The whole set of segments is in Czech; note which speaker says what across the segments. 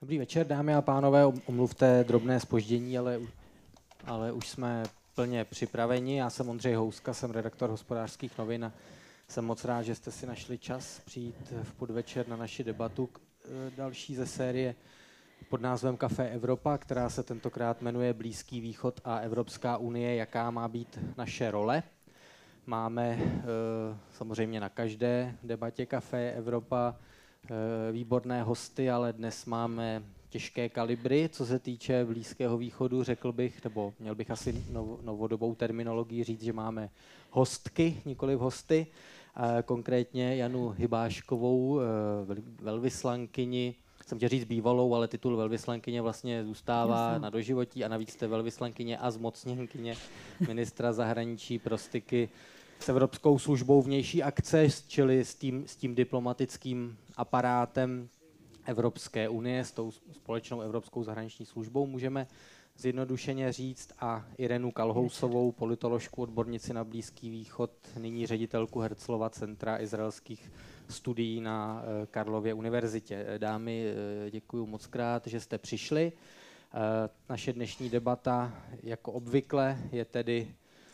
Speaker 1: Dobrý večer, dámy a pánové, omluvte drobné zpoždění, ale už jsme plně připraveni. Já jsem Ondřej Houska, jsem redaktor Hospodářských novin a jsem moc rád, že jste si našli čas přijít v podvečer na naši debatu další ze série pod názvem Café Evropa, která se tentokrát jmenuje Blízký východ a Evropská unie, jaká má být naše role. Máme samozřejmě na každé debatě Café Evropa výborné hosty, ale dnes máme těžké kalibry, co se týče Blízkého východu, řekl bych, nebo měl bych asi novodobou terminologii říct, že máme hostky, nikoliv hosty, konkrétně Janu Hybáškovou, velvyslankyni, jsem chtěl říct bývalou, ale titul velvyslankyně vlastně zůstává na doživotí a navíc jste velvyslankyně a zmocněnkyně ministra zahraničí pro styky s Evropskou službou vnější akce, čili s tím diplomatickým aparátem Evropské unie, s tou společnou Evropskou zahraniční službou, můžeme zjednodušeně říct, a Irenu Kalhousovou, politoložku, odbornici na Blízký východ, nyní ředitelku Herzlova centra izraelských studií na Karlově univerzitě. Dámy, děkuji moc krát, že jste přišli. Naše dnešní debata, jako obvykle, je tedy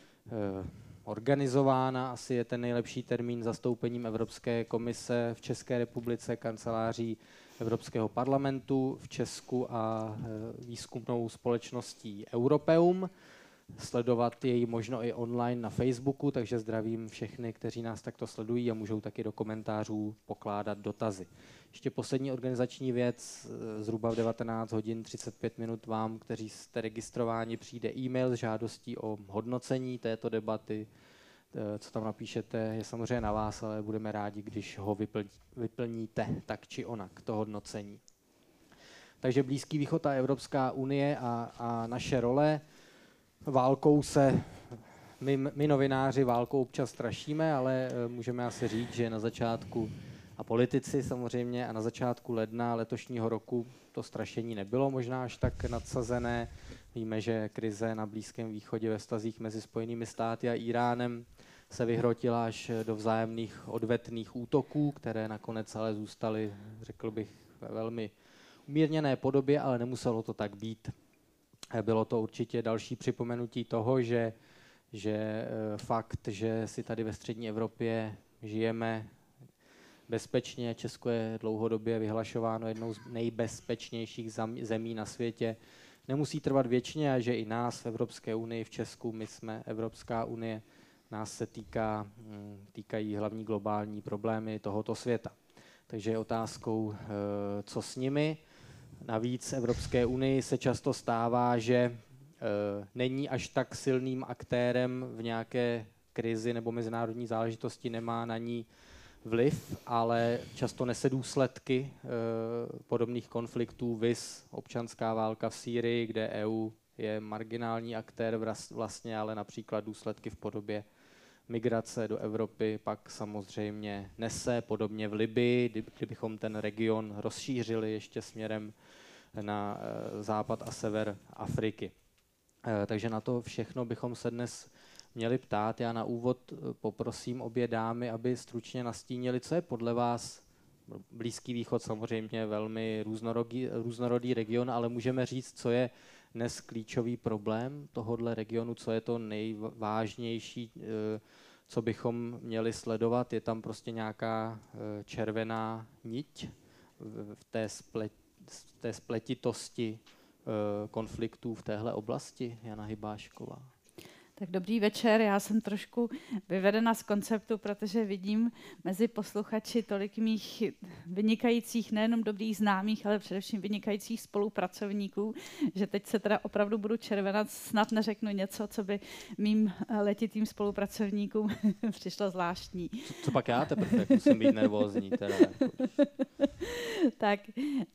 Speaker 1: organizována, asi je ten nejlepší termín, zastoupením Evropské komise v České republice, kanceláří Evropského parlamentu v Česku a výzkumnou společností Europeum. Sledovat jej možno i online na Facebooku, takže zdravím všechny, kteří nás takto sledují a můžou taky do komentářů pokládat dotazy. Ještě poslední organizační věc, zhruba v 19 hodin 35 minut vám, kteří jste registrováni, přijde e-mail s žádostí o hodnocení této debaty. Co tam napíšete, je samozřejmě na vás, ale budeme rádi, když ho vyplníte tak či onak, to hodnocení. Takže Blízký východ a Evropská unie a naše role. Válkou se, my novináři válkou občas strašíme, ale můžeme asi říct, že na začátku, a politici samozřejmě, a na začátku ledna letošního roku to strašení nebylo možná až tak nadsazené. Víme, že krize na Blízkém východě ve vztazích mezi Spojenými státy a Íránem se vyhrotila až do vzájemných odvetných útoků, které nakonec ale zůstaly, řekl bych, ve velmi umírněné podobě, ale nemuselo to tak být. Bylo to určitě další připomenutí toho, že fakt, že si tady ve střední Evropě žijeme bezpečně, Česko je dlouhodobě vyhlašováno jednou z nejbezpečnějších zemí na světě, nemusí trvat věčně a že i nás v Evropské unii, v Česku, my jsme Evropská unie, nás se týkají hlavní globální problémy tohoto světa. Takže je otázkou, co s nimi. Navíc Evropské unii se často stává, že není až tak silným aktérem v nějaké krizi nebo mezinárodní záležitosti, nemá na ní vliv, ale často nese důsledky podobných konfliktů, viz občanská válka v Sýrii, kde EU je marginální aktér vlastně, ale například důsledky v podobě migrace do Evropy pak samozřejmě nese, podobně v Libyi, kdybychom ten region rozšířili ještě směrem na západ a sever Afriky. Takže na to všechno bychom se dnes měli ptát. Já na úvod poprosím obě dámy, aby stručně nastínili, co je podle vás Blízký východ, samozřejmě velmi různorodý region, ale můžeme říct, co je dnes klíčový problém tohohle regionu, co je to nejvážnější, co bychom měli sledovat. Je tam prostě nějaká červená niť v té spletitosti konfliktů v téhle oblasti? Jana Hybášková.
Speaker 2: Tak dobrý večer, já jsem trošku vyvedena z konceptu, protože vidím mezi posluchači tolik mých vynikajících, nejenom dobrých známých, ale především vynikajících spolupracovníků, že teď se teda opravdu budu červenat, snad neřeknu něco, co by mým letitým spolupracovníkům přišlo zvláštní.
Speaker 1: Co pak já teprve, musím být nervózní. Teda.
Speaker 2: Tak,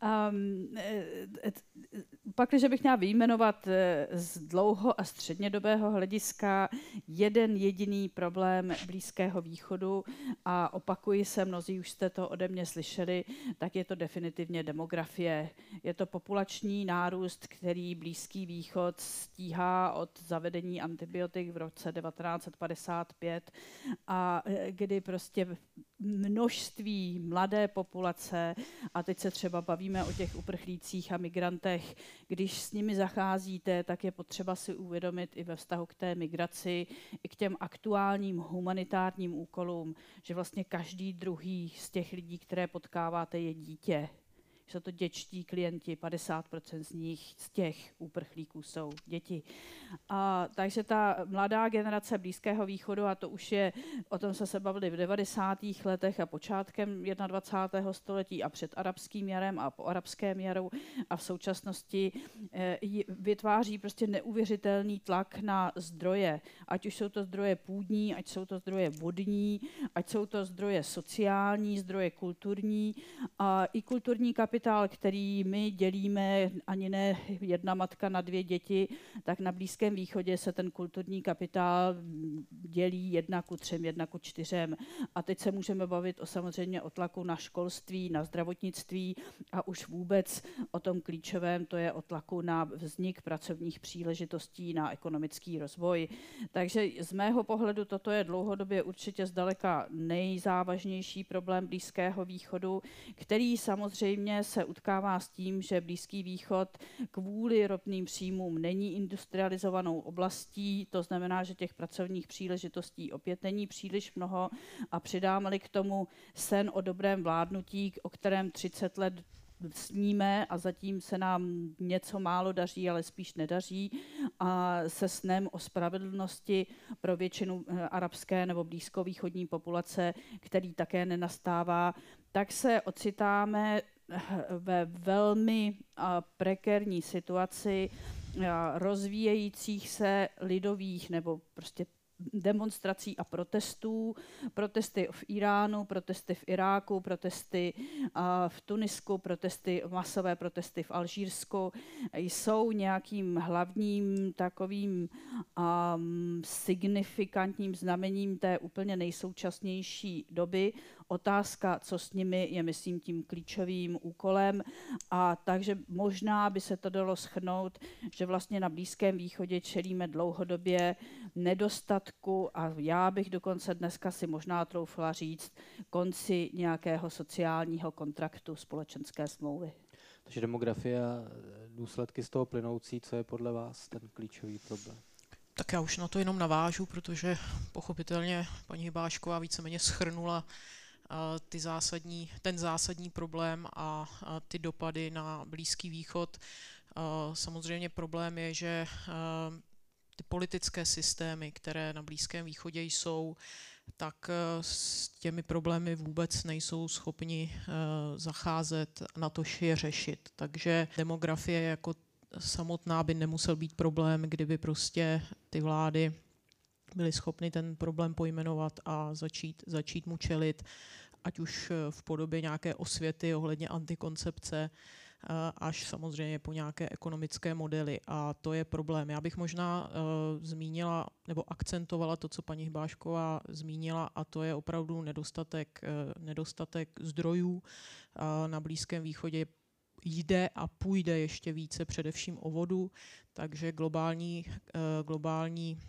Speaker 2: pak, když bych měla vyjmenovat z dlouho a střednědobého hlediska jeden jediný problém Blízkého východu a opakuji se, mnozí už jste to ode mě slyšeli, tak je to definitivně demografie. Je to populační nárůst, který Blízký východ stíhá od zavedení antibiotik v roce 1955 a kdy prostě množství mladé populace, a teď se třeba bavíme o těch uprchlících a migrantech, když s nimi zacházíte, tak je potřeba si uvědomit i ve vztahu k té migraci, i k těm aktuálním humanitárním úkolům, že vlastně každý druhý z těch lidí, které potkáváte, je dítě. Jsou to dětští klienti, 50% z nich, z těch uprchlíků jsou děti. Takže ta mladá generace Blízkého východu, a to už je, o tom jsme se bavili v 90. letech a počátkem 21. století a před arabským jarem a po arabském jaru a v současnosti vytváří prostě neuvěřitelný tlak na zdroje. Ať už jsou to zdroje půdní, ať jsou to zdroje vodní, ať jsou to zdroje sociální, zdroje kulturní a i kulturní kapitál, který my dělíme, ani ne jedna matka na 2 děti, tak na Blízkém východě se ten kulturní kapitál dělí 1:3, 1:4. A teď se můžeme bavit samozřejmě o tlaku na školství, na zdravotnictví a už vůbec o tom klíčovém, to je o tlaku na vznik pracovních příležitostí, na ekonomický rozvoj. Takže z mého pohledu toto je dlouhodobě určitě zdaleka nejzávažnější problém Blízkého východu, který samozřejmě se utkává s tím, že Blízký východ kvůli ropným příjmům není industrializovanou oblastí, to znamená, že těch pracovních příležitostí opět není příliš mnoho a přidáme-li k tomu sen o dobrém vládnutí, o kterém 30 let sníme a zatím se nám něco málo daří, ale spíš nedaří, a se snem o spravedlnosti pro většinu arabské nebo blízkovýchodní populace, který také nenastává, tak se ocitáme ve velmi prekérní situaci rozvíjejících se lidových nebo prostě demonstrací a protestů. Protesty v Iránu, protesty v Iráku, protesty v Tunisku, masové protesty v Alžírsku jsou nějakým hlavním takovým signifikantním znamením té úplně nejsoučasnější doby. Otázka, co s nimi, je, myslím, tím klíčovým úkolem. A takže možná by se to dalo shrnout, že vlastně na Blízkém východě čelíme dlouhodobě nedostatku a já bych dokonce dneska si možná troufla říct konci nějakého sociálního kontraktu, společenské smlouvy.
Speaker 1: Takže demografie a důsledky z toho plynoucí, co je podle vás ten klíčový problém?
Speaker 3: Tak já už na to jenom navážu, protože pochopitelně paní Hybášková víceméně shrnula ten zásadní problém a ty dopady na Blízký východ. Samozřejmě problém je, že ty politické systémy, které na Blízkém východě jsou, tak s těmi problémy vůbec nejsou schopni zacházet, natož je řešit. Takže demografie jako samotná by nemusel být problém, kdyby prostě ty vlády byly schopny ten problém pojmenovat a začít mu čelit, ať už v podobě nějaké osvěty ohledně antikoncepce, až samozřejmě po nějaké ekonomické modely. A to je problém. Já bych možná zmínila nebo akcentovala to, co paní Hybášková zmínila, a to je opravdu nedostatek zdrojů. Na Blízkém východě jde a půjde ještě více především o vodu, takže globální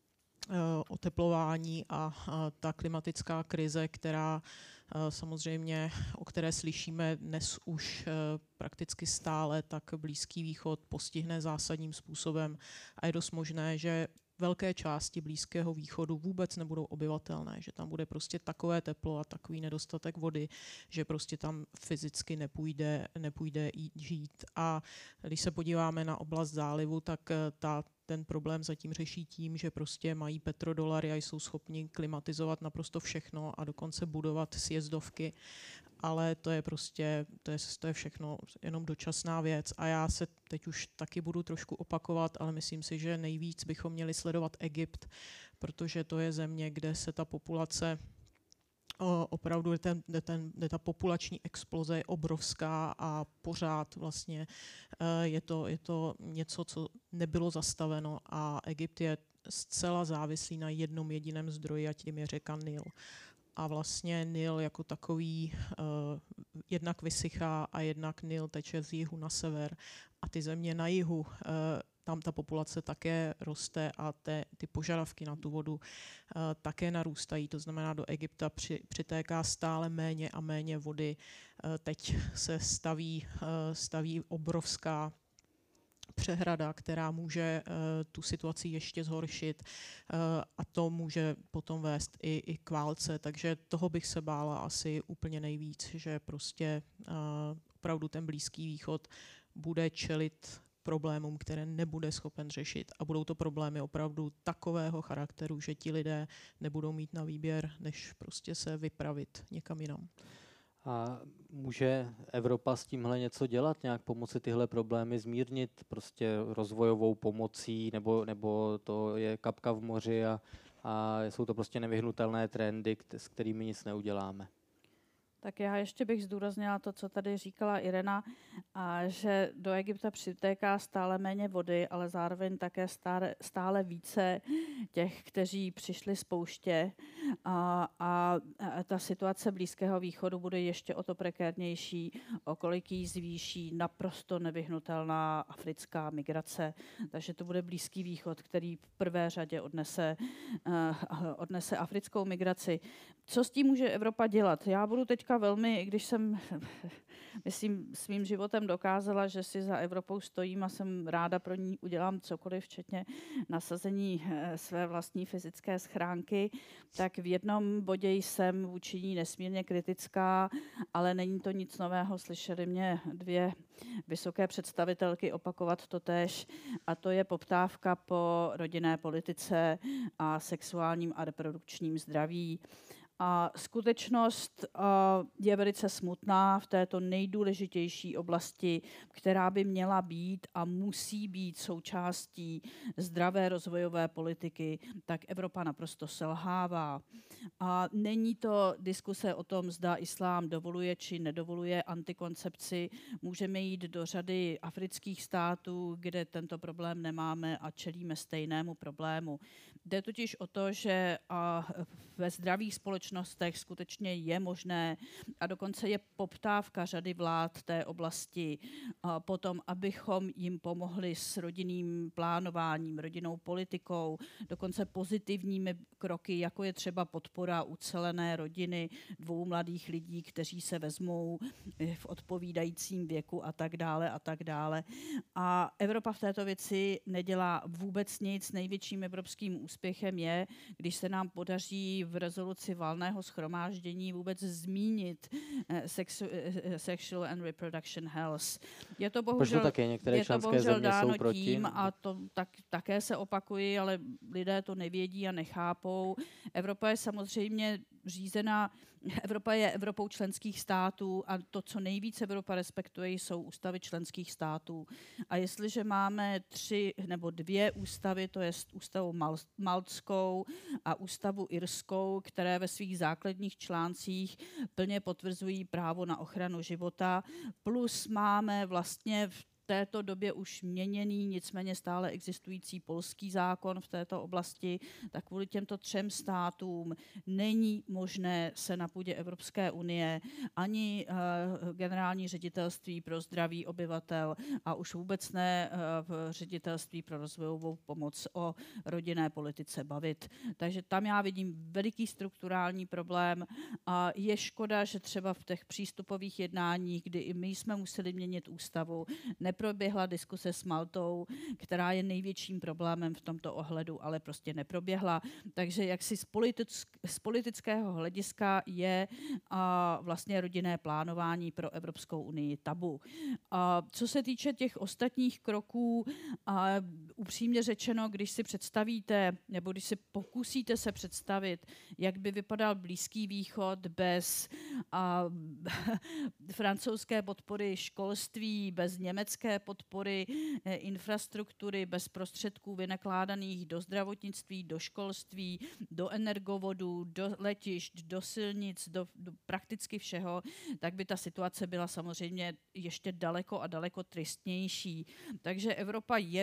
Speaker 3: oteplování a ta klimatická krize, která samozřejmě, o které slyšíme dnes už prakticky stále, tak Blízký východ postihne zásadním způsobem a je dost možné, že velké části Blízkého východu vůbec nebudou obyvatelné, že tam bude prostě takové teplo a takový nedostatek vody, že prostě tam fyzicky nepůjde žít. A když se podíváme na oblast zálivu, tak ten problém zatím řeší tím, že prostě mají petrodolary a jsou schopni klimatizovat naprosto všechno a dokonce budovat sjezdovky, ale to je prostě, to je všechno jenom dočasná věc. A já se teď už taky budu trošku opakovat, ale myslím si, že nejvíc bychom měli sledovat Egypt, protože to je země, kde se ta populace opravdu ta populační exploze je obrovská a pořád vlastně je to něco, co nebylo zastaveno a Egypt je zcela závislý na jednom jediném zdroji a tím je řeka Nil. A vlastně Nil jako takový jednak vysychá a jednak Nil teče z jihu na sever a ty země na jihu, tam ta populace také roste a ty požadavky na tu vodu také narůstají. To znamená, do Egypta přitéká stále méně a méně vody. Teď se staví obrovská přehrada, která může tu situaci ještě zhoršit a to může potom vést i k válce. Takže toho bych se bála asi úplně nejvíc, že prostě opravdu ten Blízký východ bude čelit problémům, které nebude schopen řešit. A budou to problémy opravdu takového charakteru, že ti lidé nebudou mít na výběr, než prostě se vypravit někam jinam.
Speaker 1: A může Evropa s tímhle něco dělat, nějak pomoci tyhle problémy zmírnit prostě rozvojovou pomocí, nebo to je kapka v moři a jsou to prostě nevyhnutelné trendy, s kterými nic neuděláme?
Speaker 2: Tak já ještě bych zdůraznila to, co tady říkala Irena, že do Egypta přitéká stále méně vody, ale zároveň také stále více těch, kteří přišli z pouště a ta situace Blízkého východu bude ještě o to prekérnější, o kolik jí zvýší naprosto nevyhnutelná africká migrace. Takže to bude Blízký východ, který v prvé řadě odnese africkou migraci. Co s tím může Evropa dělat? Já budu teďka velmi, když jsem, myslím, svým životem dokázala, že si za Evropou stojím a jsem ráda pro ní udělám cokoliv, včetně nasazení své vlastní fyzické schránky, tak v jednom bodě jsem vůči ní nesmírně kritická, ale není to nic nového. Slyšeli mě dvě vysoké představitelky opakovat totéž, a to je poptávka po rodinné politice a sexuálním a reprodukčním zdraví. A skutečnost je velice smutná v této nejdůležitější oblasti, která by měla být a musí být součástí zdravé rozvojové politiky, tak Evropa naprosto selhává. A není to diskuse o tom, zda islám dovoluje či nedovoluje antikoncepci. Můžeme jít do řady afrických států, kde tento problém nemáme a čelíme stejnému problému. Jde totiž o to, že ve zdravých společnostech skutečně je možné a dokonce je poptávka řady vlád té oblasti potom, abychom jim pomohli s rodinným plánováním, rodinnou politikou, dokonce pozitivními kroky, jako je třeba podpora ucelené rodiny 2 mladých lidí, kteří se vezmou v odpovídajícím věku a tak dále a tak dále. A Evropa v této věci nedělá vůbec nic. Největším evropským úspěchem je, když se nám podaří v rezoluci valného shromáždění vůbec zmínit sexual and reproduction health. Je to bohužel,
Speaker 1: také některé členské země jsou proti.
Speaker 2: Tím, a to také se opakují, ale lidé to nevědí a nechápou. Evropa je samozřejmě řízená, Evropa je Evropou členských států a to, co nejvíce Evropa respektuje, jsou ústavy členských států. A jestliže máme 3 nebo 2 ústavy, to je ústavu maltskou a ústavu irskou, které ve svých základních článcích plně potvrzují právo na ochranu života, plus máme vlastně v této době už měněný, nicméně stále existující polský zákon v této oblasti, tak kvůli těmto 3 státům není možné se na půdě Evropské unie ani generální ředitelství pro zdraví obyvatel a už vůbec ne v ředitelství pro rozvojovou pomoc o rodinné politice bavit. Takže tam já vidím veliký strukturální problém a je škoda, že třeba v těch přístupových jednáních, kdy i my jsme museli měnit ústavu, neproběhla diskuse s Maltou, která je největším problémem v tomto ohledu, ale prostě neproběhla. Takže jaksi z politického hlediska je vlastně rodinné plánování pro Evropskou unii tabu. Co se týče těch ostatních kroků, upřímně řečeno, když si představíte, nebo když si pokusíte se představit, jak by vypadal Blízký východ bez francouzské podpory školství, bez německé podpory infrastruktury, bez prostředků vynakládaných do zdravotnictví, do školství, do energovodů, do letišť, do silnic, do prakticky všeho, tak by ta situace byla samozřejmě ještě daleko a daleko tristnější. Takže Evropa je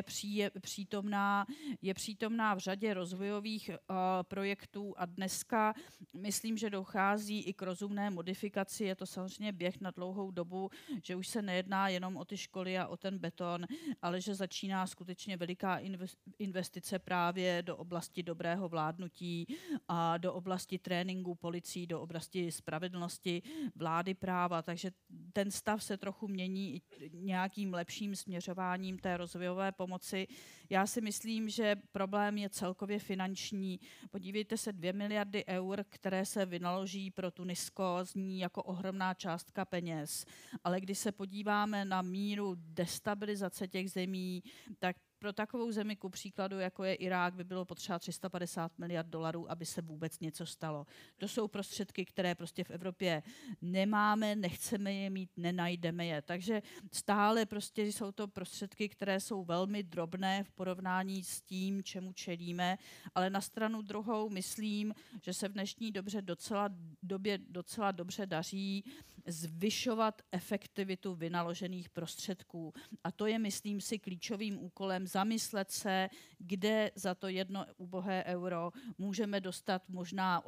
Speaker 2: přítomná v řadě rozvojových projektů a dneska myslím, že dochází i k rozumné modifikaci. Je to samozřejmě běh na dlouhou dobu, že už se nejedná jenom o ty školy a o ten beton, ale že začíná skutečně veliká investice právě do oblasti dobrého vládnutí a do oblasti tréninku policií, do oblasti spravedlnosti, vlády práva, takže ten stav se trochu mění i nějakým lepším směřováním té rozvojové pomoci. Já si myslím, že problém je celkově finanční. Podívejte se, 2 miliardy eur, které se vynaloží pro Tunisko, zní jako ohromná částka peněz. Ale když se podíváme na míru destabilizace těch zemí, tak pro takovou zemi, ku příkladu, jako je Irák, by bylo potřeba 350 miliard dolarů, aby se vůbec něco stalo. To jsou prostředky, které prostě v Evropě nemáme, nechceme je mít, nenajdeme je. Takže stále prostě jsou to prostředky, které jsou velmi drobné v porovnání s tím, čemu čelíme, ale na stranu druhou myslím, že se v dnešní době docela dobře daří zvyšovat efektivitu vynaložených prostředků. A to je, myslím si, klíčovým úkolem zamyslet se, kde za to jedno ubohé euro můžeme dostat možná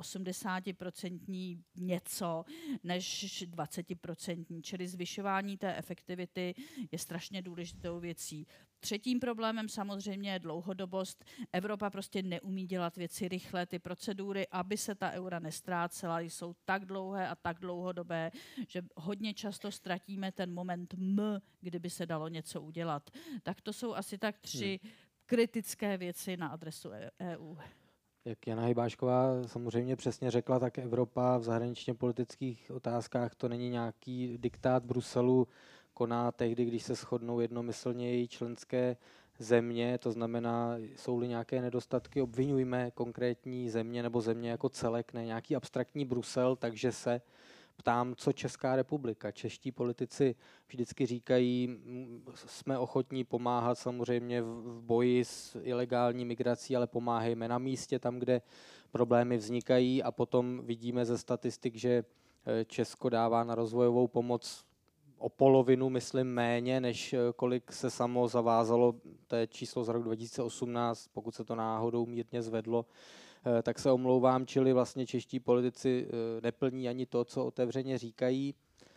Speaker 2: 80% něco než 20%. Čili zvyšování té efektivity je strašně důležitou věcí. Třetím problémem samozřejmě je dlouhodobost. Evropa prostě neumí dělat věci rychle. Ty procedury, aby se ta eura nestrácela, jsou tak dlouhé a tak dlouhodobé, že hodně často ztratíme ten moment kdyby se dalo něco udělat. Tak to jsou asi tak 3 kritické věci na adresu EU.
Speaker 1: Jak Jana Hybášková samozřejmě přesně řekla, tak Evropa v zahraničně politických otázkách to není nějaký diktát Bruselu, koná tehdy, když se shodnou jednomyslně její členské země, to znamená, jsou-li nějaké nedostatky, obvinujme konkrétní země nebo země jako celek, ne nějaký abstraktní Brusel, takže se ptám, co Česká republika. Čeští politici vždycky říkají, jsme ochotní pomáhat samozřejmě v boji s ilegální migrací, ale pomáhejme na místě, tam, kde problémy vznikají, a potom vidíme ze statistik, že Česko dává na rozvojovou pomoc o polovinu, myslím, méně, než kolik se samo zavázalo, to je číslo z roku 2018, pokud se to náhodou mírně zvedlo, tak se omlouvám, čili vlastně čeští politici neplní ani to, co otevřeně říkají.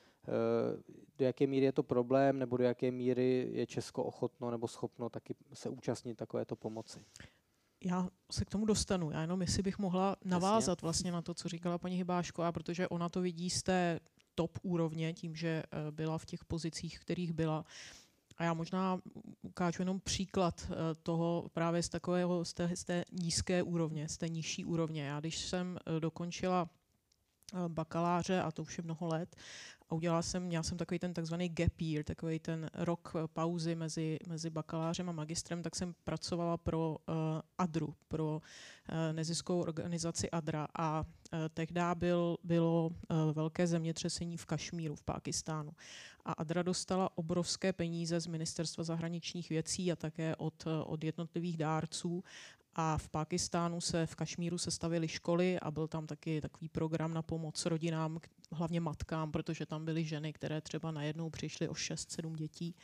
Speaker 1: Do jaké míry je to problém, nebo do jaké míry je Česko ochotno nebo schopno taky se účastnit takovéto pomoci?
Speaker 3: Já se k tomu dostanu. Já jenom jestli bych mohla navázat vlastně na to, co říkala paní Hybášková, protože ona to vidí z té top úrovně, tím, že byla v těch pozicích, kterých byla. A já možná ukážu jenom příklad toho právě z té nízké úrovně, z té nižší úrovně. Já když jsem dokončila bakaláře, a to už je mnoho let, a měla jsem takový ten takzvaný gap year, takový ten rok pauzy mezi bakalářem a magistrem, tak jsem pracovala pro ADRu, pro neziskovou organizaci ADRA, a tehdy bylo velké zemětřesení v Kašmíru, v Pákistánu. A ADRA dostala obrovské peníze z Ministerstva zahraničních věcí a také od jednotlivých dárců. A v Pákistánu v Kašmíru se stavěly školy a byl tam taky takový program na pomoc rodinám, hlavně matkám, protože tam byly ženy, které třeba najednou přišly o 6-7 dětí.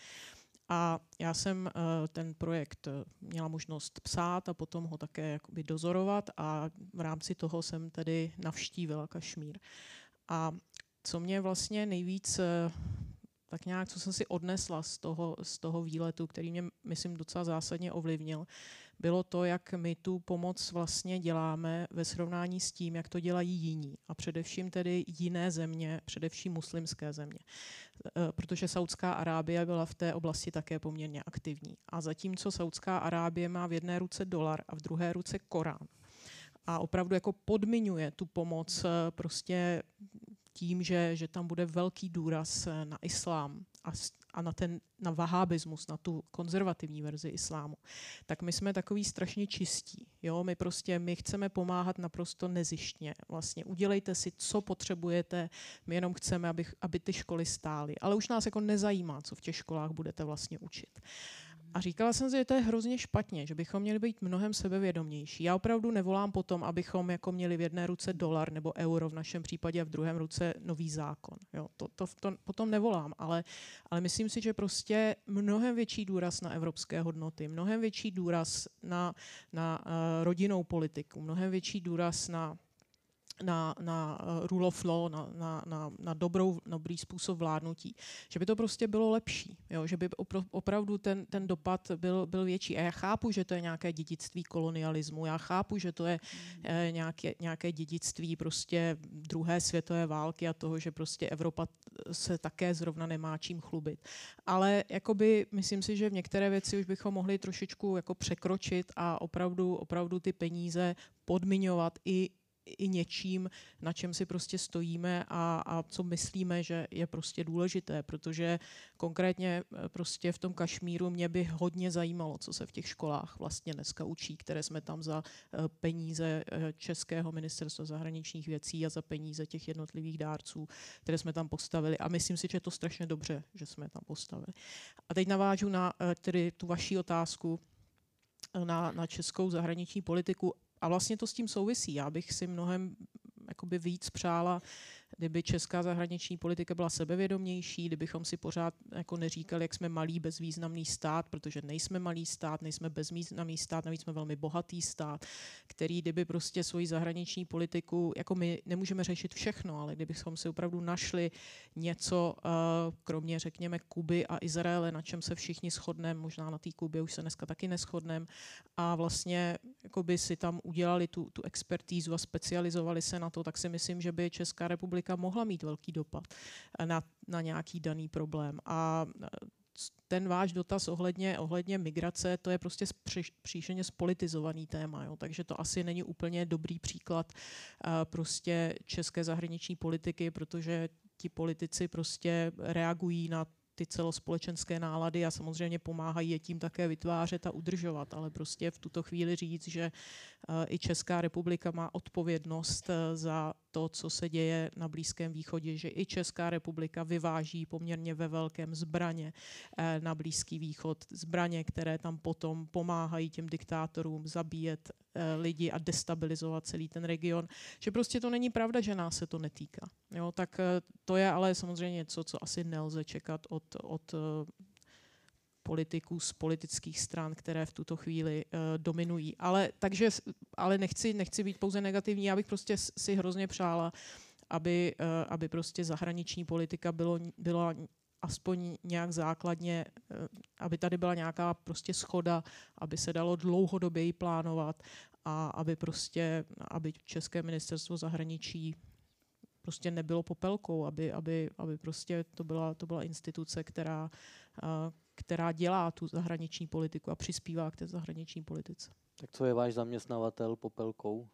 Speaker 3: A já jsem ten projekt měla možnost psát a potom ho také jakoby dozorovat, a v rámci toho jsem tedy navštívila Kašmír. A co mě vlastně nejvíc tak nějak, co jsem si odnesla z toho výletu, který mě, myslím, docela zásadně ovlivnil, bylo to, jak my tu pomoc vlastně děláme ve srovnání s tím, jak to dělají jiní. A především tedy jiné země, především muslimské země. Protože Saudská Arábie byla v té oblasti také poměrně aktivní. A zatímco Saudská Arábie má v jedné ruce dolar a v druhé ruce Korán. A opravdu jako podmiňuje tu pomoc prostě tím, že tam bude velký důraz na islám a na vahábismus, na tu konzervativní verzi islámu, tak my jsme takový strašně čistí. Jo? My chceme pomáhat naprosto nezištně. Vlastně udělejte si, co potřebujete, my jenom chceme, aby ty školy stály. Ale už nás jako nezajímá, co v těch školách budete vlastně učit. A říkala jsem si, že to je hrozně špatně, že bychom měli být mnohem sebevědomější. Já opravdu nevolám potom, abychom jako měli v jedné ruce dolar nebo euro v našem případě a v druhém ruce nový zákon. Jo, to potom nevolám, ale myslím si, že prostě mnohem větší důraz na evropské hodnoty, mnohem větší důraz na rodinnou politiku, mnohem větší důraz na na rule of law, na dobrý způsob vládnutí, že by to prostě bylo lepší, jo? Že by opravdu ten dopad byl větší. A já chápu, že to je nějaké dědictví kolonialismu, já chápu, že to je nějaké dědictví prostě druhé světové války a toho, že prostě Evropa se také zrovna nemá čím chlubit. Ale jakoby, myslím si, že v některé věci už bychom mohli trošičku jako překročit a opravdu ty peníze podmiňovat i něčím, na čem si prostě stojíme a co myslíme, že je prostě důležité, protože konkrétně prostě v tom Kašmíru mě by hodně zajímalo, co se v těch školách vlastně dneska učí, které jsme tam za peníze Českého ministerstva zahraničních věcí a za peníze těch jednotlivých dárců, které jsme tam postavili. A myslím si, že je to strašně dobře, že jsme je tam postavili. A teď navážu na tedy tu vaši otázku na českou zahraniční politiku. A vlastně to s tím souvisí. Já bych si mnohem jakoby víc přála, kdyby česká zahraniční politika byla sebevědomější, kdybychom si pořád jako neříkali, jak jsme malý bezvýznamný stát, protože nejsme malý stát, nejsme bezvýznamný stát, navíc jsme velmi bohatý stát, který kdyby prostě svoji zahraniční politiku, jako my nemůžeme řešit všechno, ale kdybychom si opravdu našli něco, kromě řekněme Kuby a Izraele, na čem se všichni shodneme, možná na té Kubě už se dneska taky neshodneme, a vlastně jakoby si tam udělali tu expertízu a specializovali se na to, tak si myslím, že by Česká republika mohla mít velký dopad na nějaký daný problém. A ten váš dotaz ohledně migrace, to je prostě příšerně spolitizovaný téma, jo? Takže to asi není úplně dobrý příklad prostě české zahraniční politiky, protože ti politici prostě reagují na ty celospolečenské nálady a samozřejmě pomáhají je tím také vytvářet a udržovat, ale prostě v tuto chvíli říct, že i Česká republika má odpovědnost za to, co se děje na Blízkém východě, že i Česká republika vyváží poměrně ve velkém zbraně na Blízký východ, zbraně, které tam potom pomáhají těm diktátorům zabíjet lidi a destabilizovat celý ten region, že prostě to není pravda, že nás se to netýká. Jo, tak to je ale samozřejmě něco, co asi nelze čekat od politiků z politických stran, které v tuto chvíli dominují. Ale nechci být pouze negativní, já bych prostě si hrozně přála, aby prostě zahraniční politika byla aspoň nějak základně, aby tady byla nějaká prostě shoda, aby se dalo dlouhodobě plánovat a aby České ministerstvo zahraničí prostě nebylo popelkou, aby prostě to byla instituce, která dělá tu zahraniční politiku a přispívá k té zahraniční politice.
Speaker 1: Tak co je váš zaměstnavatel popelkou?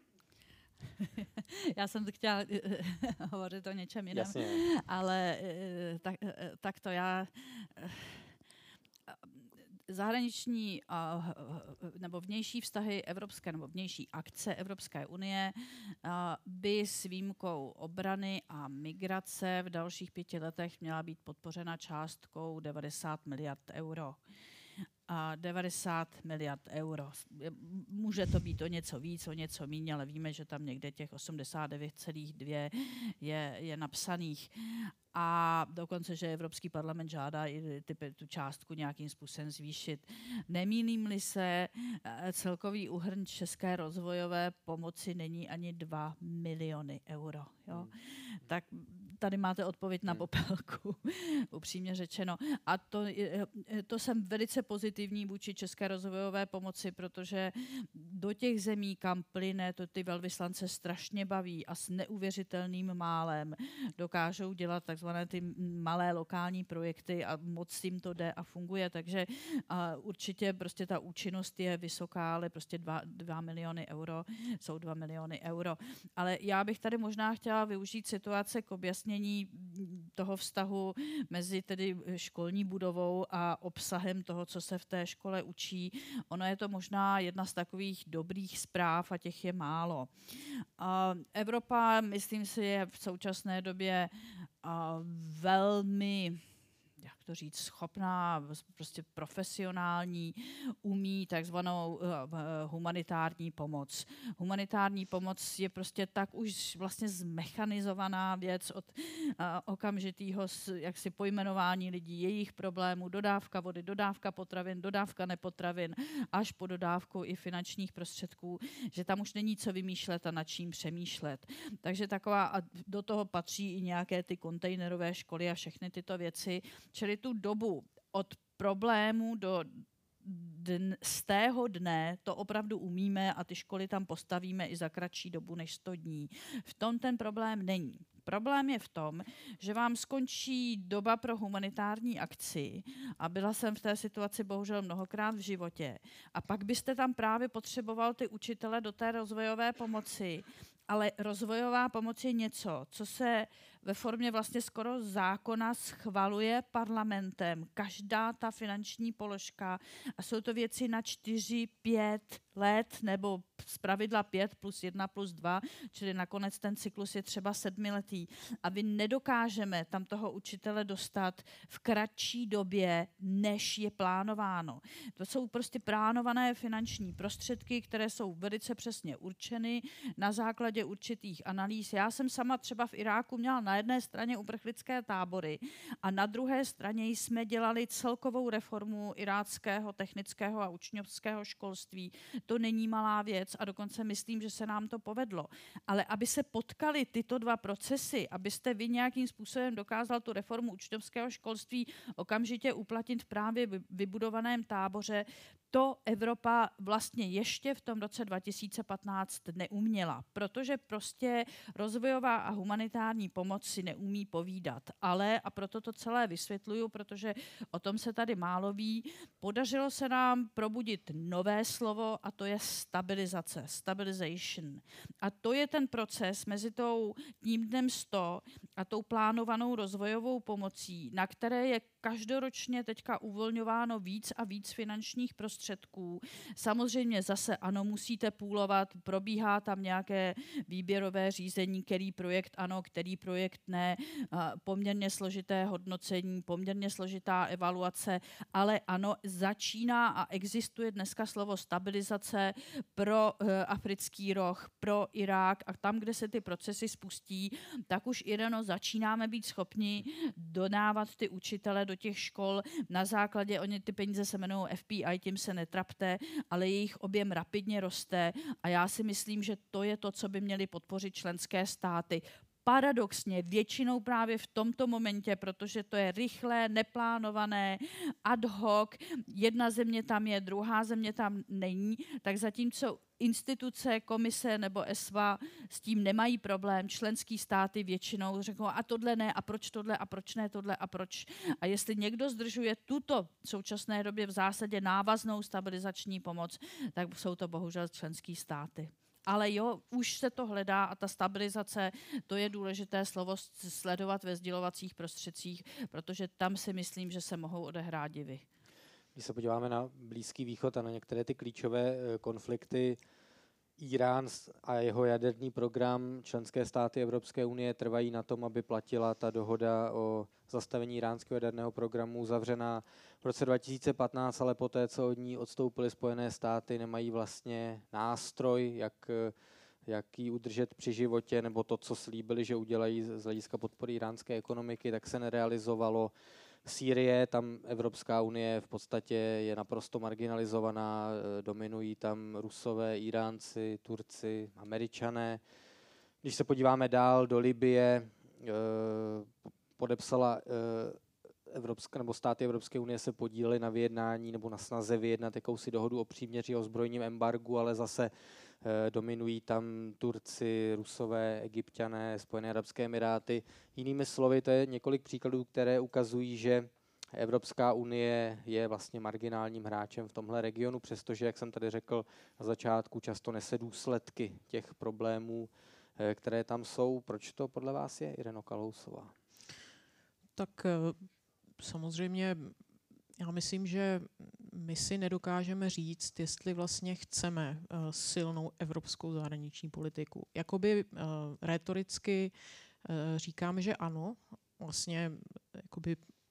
Speaker 2: Já jsem chtěla hovořit o něčem jiném,
Speaker 1: jasně,
Speaker 2: ale tak to já... Zahraniční nebo vnější vztahy evropské nebo vnější akce Evropské unie by s výjimkou obrany a migrace v dalších 5 letech měla být podpořena částkou 90 miliard euro. 90 miliard euro. Může to být o něco víc, o něco míň, ale víme, že tam někde těch 89,2 je napsaných. A dokonce, že Evropský parlament žádá i tu částku nějakým způsobem zvýšit. Nemýlím-li se, celkový úhrn české rozvojové pomoci není ani 2 miliony euro. Jo? Tak tady máte odpověď na popelku, upřímně řečeno. A to jsem velice pozitivní vůči české rozvojové pomoci, protože do těch zemí, kam plyne, to ty velvyslance strašně baví a s neuvěřitelným málem dokážou dělat takzvané ty malé lokální projekty a moc jim to jde a funguje, takže určitě prostě ta účinnost je vysoká, ale prostě 2 miliony euro jsou 2 miliony euro. Ale já bych tady možná chtěla využít situace k objasnění toho vztahu mezi tedy školní budovou a obsahem toho, co se v té škole učí. Ono je to možná jedna z takových dobrých zpráv a těch je málo. Evropa, myslím si, je v současné době velmi, jak to říct, schopná, prostě profesionální, umí takzvanou humanitární pomoc. Humanitární pomoc je prostě tak už vlastně zmechanizovaná věc od okamžitého jaksi pojmenování lidí, jejich problémů, dodávka vody, dodávka potravin, dodávka nepotravin, až po dodávku i finančních prostředků, že tam už není co vymýšlet a nad čím přemýšlet. Takže taková, a do toho patří i nějaké ty kontejnerové školy a všechny tyto věci. Čili tu dobu od problému do z tého dne to opravdu umíme a ty školy tam postavíme i za kratší dobu než 100 dní. V tom ten problém není. Problém je v tom, že vám skončí doba pro humanitární akci a byla jsem v té situaci bohužel mnohokrát v životě. A pak byste tam právě potřeboval ty učitele do té rozvojové pomoci. Ale rozvojová pomoc je něco, co se ve formě vlastně skoro zákona schvaluje parlamentem. Každá ta finanční položka a jsou to věci na 4-5 let nebo zpravidla 5 plus 1 plus 2, čili nakonec ten cyklus je třeba 7letý. A vy nedokážeme tam toho učitele dostat v kratší době, než je plánováno. To jsou prostě plánované finanční prostředky, které jsou velice přesně určeny na základě určitých analýz. Já jsem sama třeba v Iráku měla na jedné straně uprchlické tábory a na druhé straně jsme dělali celkovou reformu iráckého technického a učňovského školství. To není malá věc a dokonce myslím, že se nám to povedlo. Ale aby se potkaly tyto dva procesy, abyste vy nějakým způsobem dokázal tu reformu učňovského školství okamžitě uplatnit právě v vybudovaném táboře, to Evropa vlastně ještě v tom roce 2015 neuměla, protože prostě rozvojová a humanitární pomoc si neumí povídat. Ale, a proto to celé vysvětluju, protože o tom se tady málo ví, podařilo se nám probudit nové slovo a to je stabilizace, stabilization. A to je ten proces mezi tím dnem 100 a tou plánovanou rozvojovou pomocí, na které je každoročně teďka uvolňováno víc a víc finančních prostředků. Samozřejmě zase ano, musíte půlovat, probíhá tam nějaké výběrové řízení, který projekt ano, který projekt ne, poměrně složité hodnocení, poměrně složitá evaluace, ale ano, začíná a existuje dneska slovo stabilizace pro africký roh, pro Irák a tam, kde se ty procesy spustí, tak už Irano začínáme být schopni dodávat ty učitele do těch škol na základě, oni ty peníze se jmenují FPI, tím se netrapte, ale jejich objem rapidně roste a já si myslím, že to je to, co by měly podpořit členské státy. Paradoxně většinou právě v tomto momentě, protože to je rychlé, neplánované, ad hoc, jedna země tam je, druhá země tam není, tak zatímco instituce, komise nebo ESVA s tím nemají problém, členský státy většinou řeknou a tohle ne, a proč tohle, a proč ne tohle, a proč. A jestli někdo zdržuje tuto v současné době v zásadě návaznou stabilizační pomoc, tak jsou to bohužel členský státy. Ale jo, už se to hledá a ta stabilizace, to je důležité slovo sledovat ve sdělovacích prostředcích, protože tam si myslím, že se mohou odehrát divy.
Speaker 1: Když se podíváme na Blízký východ a na některé ty klíčové konflikty, Irán a jeho jaderný program, členské státy Evropské unie trvají na tom, aby platila ta dohoda o zastavení iránského jaderného programu uzavřená v roce 2015, ale poté, co od ní odstoupily Spojené státy, nemají vlastně nástroj, jak ji udržet při životě, nebo to, co slíbili, že udělají z hlediska podpory iránské ekonomiky, tak se nerealizovalo. Sýrie, tam Evropská unie v podstatě je naprosto marginalizovaná, dominují tam Rusové, Iránci, Turci, Američané. Když se podíváme dál do Libye, podepsala státy Evropské unie se podílely na vyjednání nebo na snaze vyjednat jakousi dohodu o příměří, o zbrojním embargu, ale zase dominují tam Turci, Rusové, Egypťané, Spojené arabské emiráty. Jinými slovy, to je několik příkladů, které ukazují, že Evropská unie je vlastně marginálním hráčem v tomhle regionu, přestože, jak jsem tady řekl na začátku, často nese důsledky těch problémů, které tam jsou. Proč to podle vás je, Ireno Kalousová?
Speaker 3: Tak samozřejmě já myslím, že my si nedokážeme říct, jestli vlastně chceme silnou evropskou zahraniční politiku. Jakoby rétoricky říkáme, že ano, vlastně jakoby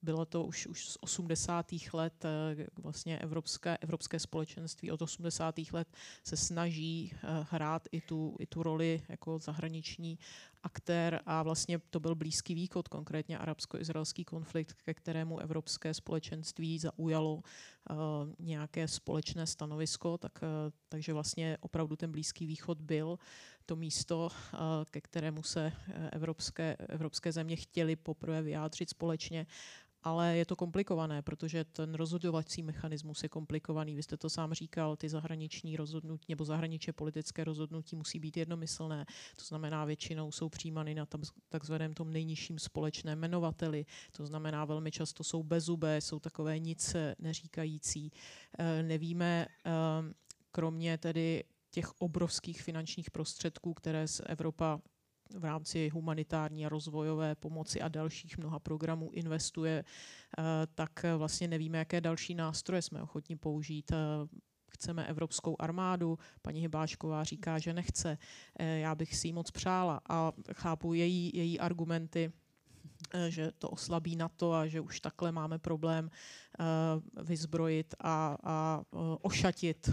Speaker 3: bylo to už z 80. let, vlastně evropské společenství od 80. let se snaží hrát i tu roli jako zahraniční aktér a vlastně to byl Blízký východ, konkrétně arabsko-izraelský konflikt, ke kterému evropské společenství zaujalo nějaké společné stanovisko, takže vlastně opravdu ten Blízký východ byl to místo, ke kterému se evropské země chtěly poprvé vyjádřit společně. Ale je to komplikované, protože ten rozhodovací mechanismus je komplikovaný. Vy jste to sám říkal, ty zahraniční rozhodnutí nebo zahraničně politické rozhodnutí musí být jednomyslné. To znamená, většinou jsou přijímány na takzvaném tom nejnižším společném jmenovateli. To znamená, velmi často jsou bezzubé, jsou takové nic neříkající. Nevíme, kromě tedy těch obrovských finančních prostředků, které z Evropa v rámci humanitární a rozvojové pomoci a dalších mnoha programů investuje, tak vlastně nevíme, jaké další nástroje jsme ochotni použít. Chceme evropskou armádu, paní Hybáčková říká, že nechce. Já bych si ji moc přála a chápu její argumenty, že to oslabí NATO a že už takhle máme vyzbrojit a ošatit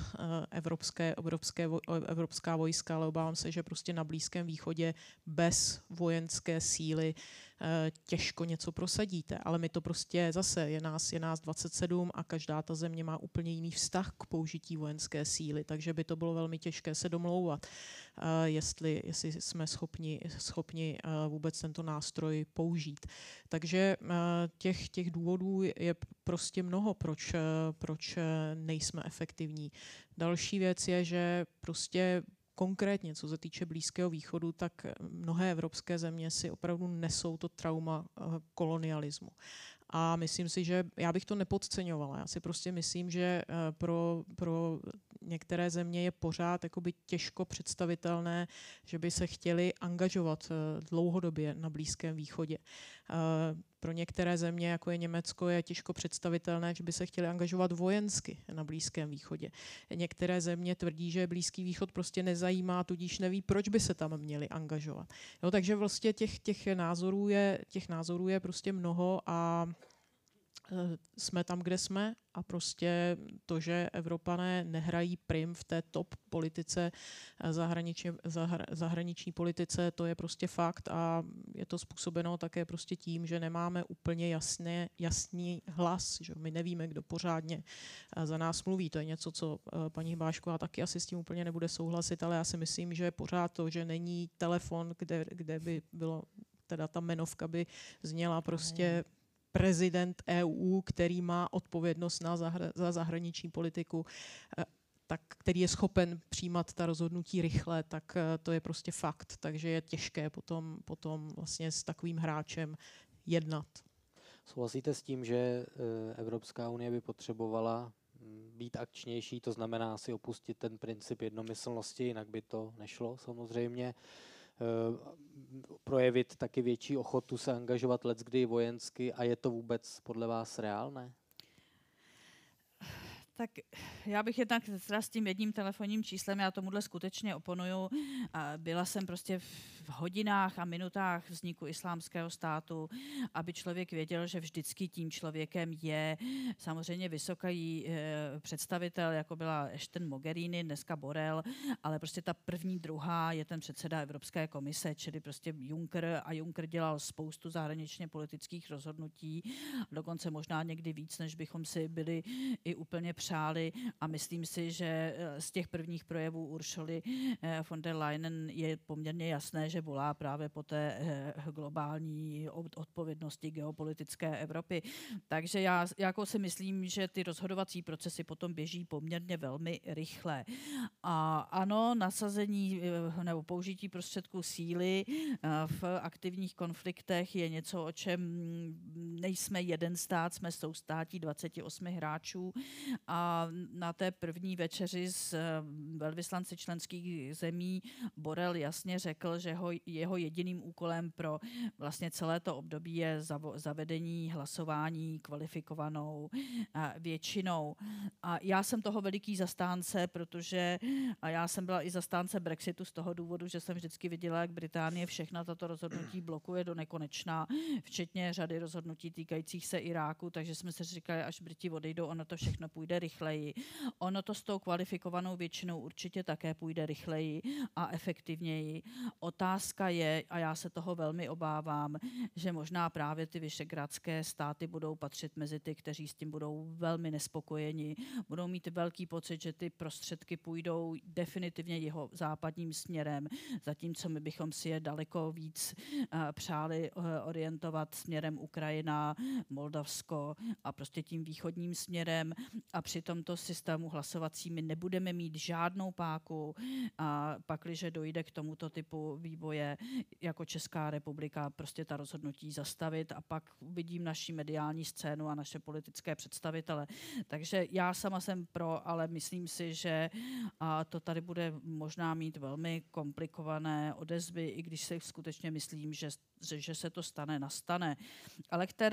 Speaker 3: evropská vojska, ale obávám se, že prostě na Blízkém východě bez vojenské síly těžko něco prosadíte. Ale my to prostě zase, je nás 27 a každá ta země má úplně jiný vztah k použití vojenské síly, takže by to bylo velmi těžké se domlouvat, jestli jsme schopni vůbec tento nástroj použít. Takže těch důvodů je prostě mnoho, proč nejsme efektivní. Další věc je, že prostě konkrétně, co se týče Blízkého východu, tak mnohé evropské země si opravdu nesou to trauma kolonialismu. A myslím si, že já bych to nepodceňovala. Já si prostě myslím, že pro některé země je pořád jakoby těžko představitelné, že by se chtěli angažovat dlouhodobě na Blízkém východě. Pro některé země, jako je Německo, je těžko představitelné, že by se chtěli angažovat vojensky na Blízkém východě. Některé země tvrdí, že Blízký východ prostě nezajímá, tudíž neví, proč by se tam měli angažovat. Jo, takže vlastně těch názorů je prostě mnoho a jsme tam, kde jsme a prostě to, že Evropané nehrají prim v té top politice, zahraniční politice, to je prostě fakt a je to způsobeno také prostě tím, že nemáme úplně jasný hlas, že my nevíme, kdo pořádně za nás mluví. To je něco, co paní Hybáčková taky asi s tím úplně nebude souhlasit, ale já si myslím, že pořád to, že není telefon, kde by bylo, teda ta jmenovka by zněla prostě prezident EU, který má odpovědnost za zahraniční politiku, tak, který je schopen přijímat ta rozhodnutí rychle, tak to je prostě fakt. Takže je těžké potom vlastně s takovým hráčem jednat.
Speaker 1: Souhlasíte s tím, že Evropská unie by potřebovala být akčnější, to znamená si opustit ten princip jednomyslnosti, jinak by to nešlo samozřejmě. Projevit taky větší ochotu se angažovat leckdy vojensky a je to vůbec podle vás reálné?
Speaker 2: Tak já bych jednak s tím jedním telefonním číslem, já tomuhle skutečně oponuju. Byla jsem prostě v hodinách a minutách vzniku Islámského státu, aby člověk věděl, že vždycky tím člověkem je samozřejmě vysoký představitel, jako byla Ashton Mogherini, dneska Borrell, ale prostě ta první, druhá je ten předseda Evropské komise, čili prostě Juncker, a Juncker dělal spoustu zahraničně politických rozhodnutí, dokonce možná někdy víc, než bychom si byli i úplně přáli, a myslím si, že z těch prvních projevů Ursuly von der Leyen je poměrně jasné, že volá právě po té globální odpovědnosti geopolitické Evropy. Takže já jako si myslím, že ty rozhodovací procesy potom běží poměrně velmi rychle. A ano, nasazení nebo použití prostředků síly v aktivních konfliktech je něco, o čem nejsme jeden stát, jsme soustátí 28 hráčů a a na té první večeři s velvyslanci členských zemí Borrell jasně řekl, že jeho jediným úkolem pro vlastně celé to období je zavedení hlasování kvalifikovanou většinou. A já jsem toho veliký zastánce, protože já jsem byla i zastánce Brexitu z toho důvodu, že jsem vždycky viděla, jak Británie všechna tato rozhodnutí blokuje do nekonečna, včetně řady rozhodnutí týkajících se Iráku, takže jsme si říkali, až Briti odejdou, ono to všechno půjde rychleji. Ono to s tou kvalifikovanou většinou určitě také půjde rychleji a efektivněji. Otázka je, a já se toho velmi obávám, že možná právě ty visegrádské státy budou patřit mezi ty, kteří s tím budou velmi nespokojeni, budou mít velký pocit, že ty prostředky půjdou definitivně jeho západním směrem, zatímco my bychom si je daleko víc přáli orientovat směrem Ukrajina, Moldavsko a prostě tím východním směrem a při tomto systému hlasovacím my nebudeme mít žádnou páku a pakliže dojde k tomuto typu vývoje jako Česká republika prostě ta rozhodnutí zastavit a pak vidím naši mediální scénu a naše politické představitele. Takže já sama jsem pro, ale myslím si, že to tady bude možná mít velmi komplikované odezvy, i když si skutečně myslím, že se to nastane. Ale k té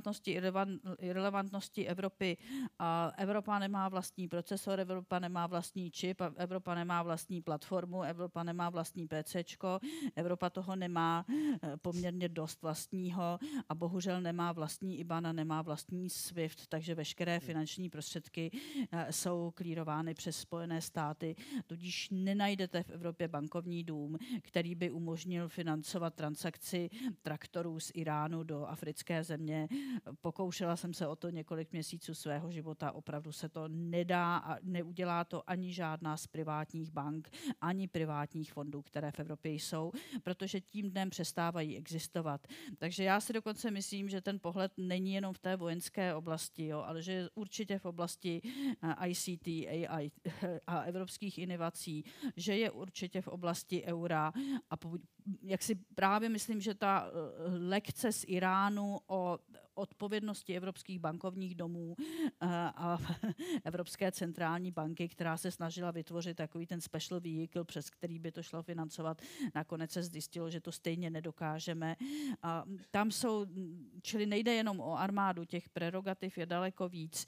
Speaker 2: relevantnosti Evropy. Evropa nemá vlastní procesor, Evropa nemá vlastní čip, Evropa nemá vlastní platformu, Evropa nemá vlastní PCčko, Evropa toho nemá poměrně dost vlastního a bohužel nemá vlastní IBAN a nemá vlastní SWIFT, takže veškeré finanční prostředky jsou klírovány přes Spojené státy, tudíž nenajdete v Evropě bankovní dům, který by umožnil financovat transakci traktorů z Iránu do africké země. Pokoušela jsem se o to několik měsíců svého života, opravdu se to nedá a neudělá to ani žádná z privátních bank, ani privátních fondů, které v Evropě jsou, protože tím dnem přestávají existovat. Takže já si dokonce myslím, že ten pohled není jenom v té vojenské oblasti, ale že je určitě v oblasti ICT, AI a evropských inovací, že je určitě v oblasti eura a jak si právě myslím, že ta lekce z Iránu o odpovědnosti evropských bankovních domů a Evropské centrální banky, která se snažila vytvořit takový ten special vehicle, přes který by to šlo financovat, nakonec se zjistilo, že to stejně nedokážeme. A tam jsou, čili nejde jenom o armádu, těch prerogativ je daleko víc.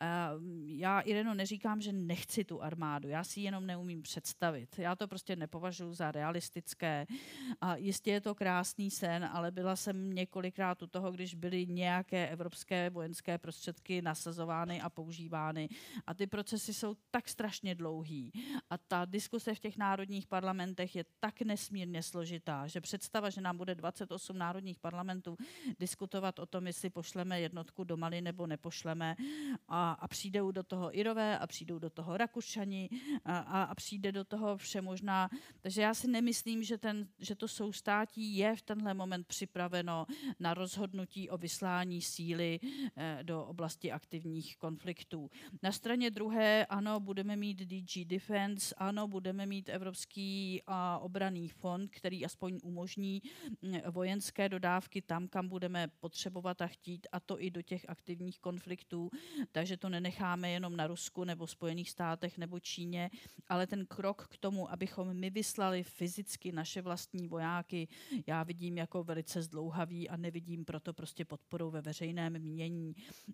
Speaker 2: Já, Ireno, neříkám, že nechci tu armádu, já si ji jenom neumím představit. Já to prostě nepovažuji za realistické. A jistě je to krásný sen, ale byla jsem několikrát u toho, když byly nějaké evropské vojenské prostředky nasazovány a používány. A ty procesy jsou tak strašně dlouhý. A ta diskuse v těch národních parlamentech je tak nesmírně složitá, že představa, že nám bude 28 národních parlamentů diskutovat o tom, jestli pošleme jednotku do Mali nebo nepošleme a přijdou do toho Irové a přijdou do toho Rakušani a přijde do toho vše možná. Takže já si nemyslím, že to soustátí je v tenhle moment připraveno na rozhodnutí o vyslání síly do oblasti aktivních konfliktů. Na straně druhé, ano, budeme mít DG Defense, ano, budeme mít Evropský obranný fond, který aspoň umožní vojenské dodávky tam, kam budeme potřebovat a chtít, a to i do těch aktivních konfliktů, takže to nenecháme jenom na Rusku nebo Spojených státech nebo Číně, ale ten krok k tomu, abychom my vyslali fyzicky naše vlastní vojáky, já vidím jako velice zdlouhavý a nevidím proto prostě podporu ve veřejném mínění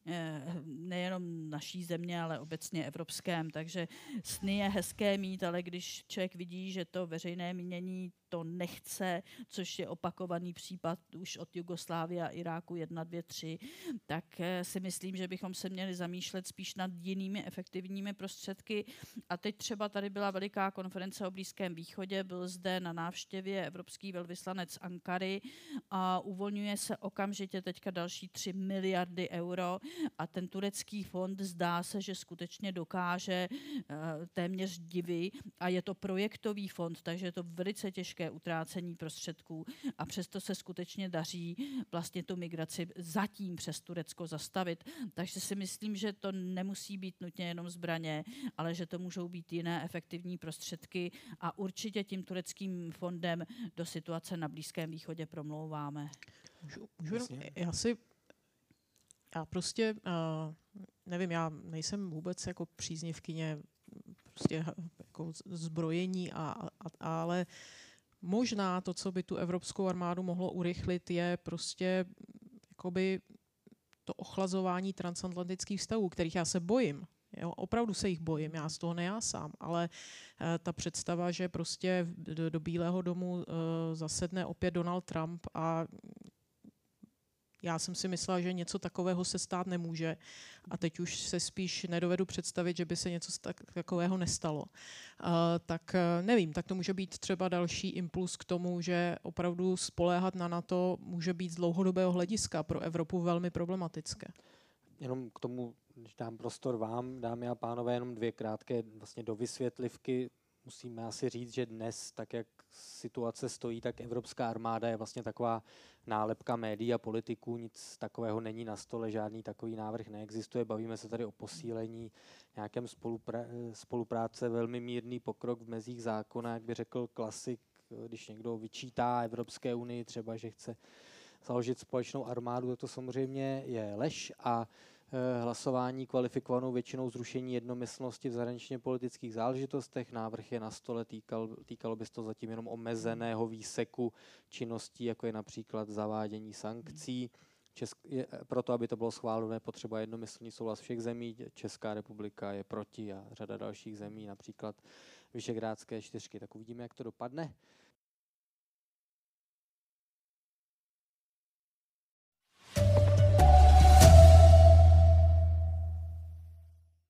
Speaker 2: nejenom naší země, ale obecně evropském. Takže sny je hezké mít, ale když člověk vidí, že to veřejné mínění to nechce, což je opakovaný případ už od Jugoslávie a Iráku 1, 2, 3, tak si myslím, že bychom se měli zamýšlet spíš nad jinými efektivními prostředky. A teď třeba tady byla veliká konference o Blízkém východě, byl zde na návštěvě evropský velvyslanec Ankary a uvolňuje se okamžitě teďka další 3 miliardy euro a ten turecký fond zdá se, že skutečně dokáže téměř divy a je to projektový fond, takže je to velice těžké utrácení prostředků a přesto se skutečně daří vlastně tu migraci zatím přes Turecko zastavit. Takže si myslím, že to nemusí být nutně jenom zbraně, ale že to můžou být jiné efektivní prostředky a určitě tím tureckým fondem do situace na Blízkém východě promlouváme.
Speaker 3: Já prostě nevím, já nejsem vůbec jako příznivkyně prostě jako zbrojení, ale možná to, co by tu evropskou armádu mohlo urychlit, je prostě jakoby to ochlazování transatlantických vztahů, kterých já se bojím. Jo, opravdu se jich bojím, já z toho nejásám, ale ta představa, že prostě do Bílého domu zasedne opět Donald Trump a já jsem si myslela, že něco takového se stát nemůže a teď už se spíš nedovedu představit, že by se něco takového nestalo. Tak nevím, tak to může být třeba další impuls k tomu, že opravdu spoléhat na NATO může být z dlouhodobého hlediska pro Evropu velmi problematické.
Speaker 1: Jenom k tomu, když dám prostor vám, dámy a pánové, jenom 2 krátké vlastně dovysvětlivky. Musíme asi říct, že dnes, tak jak situace stojí, tak evropská armáda je vlastně taková nálepka médií a politiků, nic takového není na stole, žádný takový návrh neexistuje. Bavíme se tady o posílení nějakém spolupráce, velmi mírný pokrok v mezích zákona, jak by řekl klasik, když někdo vyčítá Evropské unii třeba, že chce založit společnou armádu, tak to samozřejmě je lež a hlasování kvalifikovanou většinou zrušení jednomyslnosti v zahraničně politických záležitostech. Návrh je na stole, týkalo by se to zatím jenom omezeného výseku činností, jako je například zavádění sankcí. Proto, aby to bylo schváleno, je potřeba jednomyslný souhlas všech zemí. Česká republika je proti a řada dalších zemí, například Visegrádské 4. Tak uvidíme, jak to dopadne.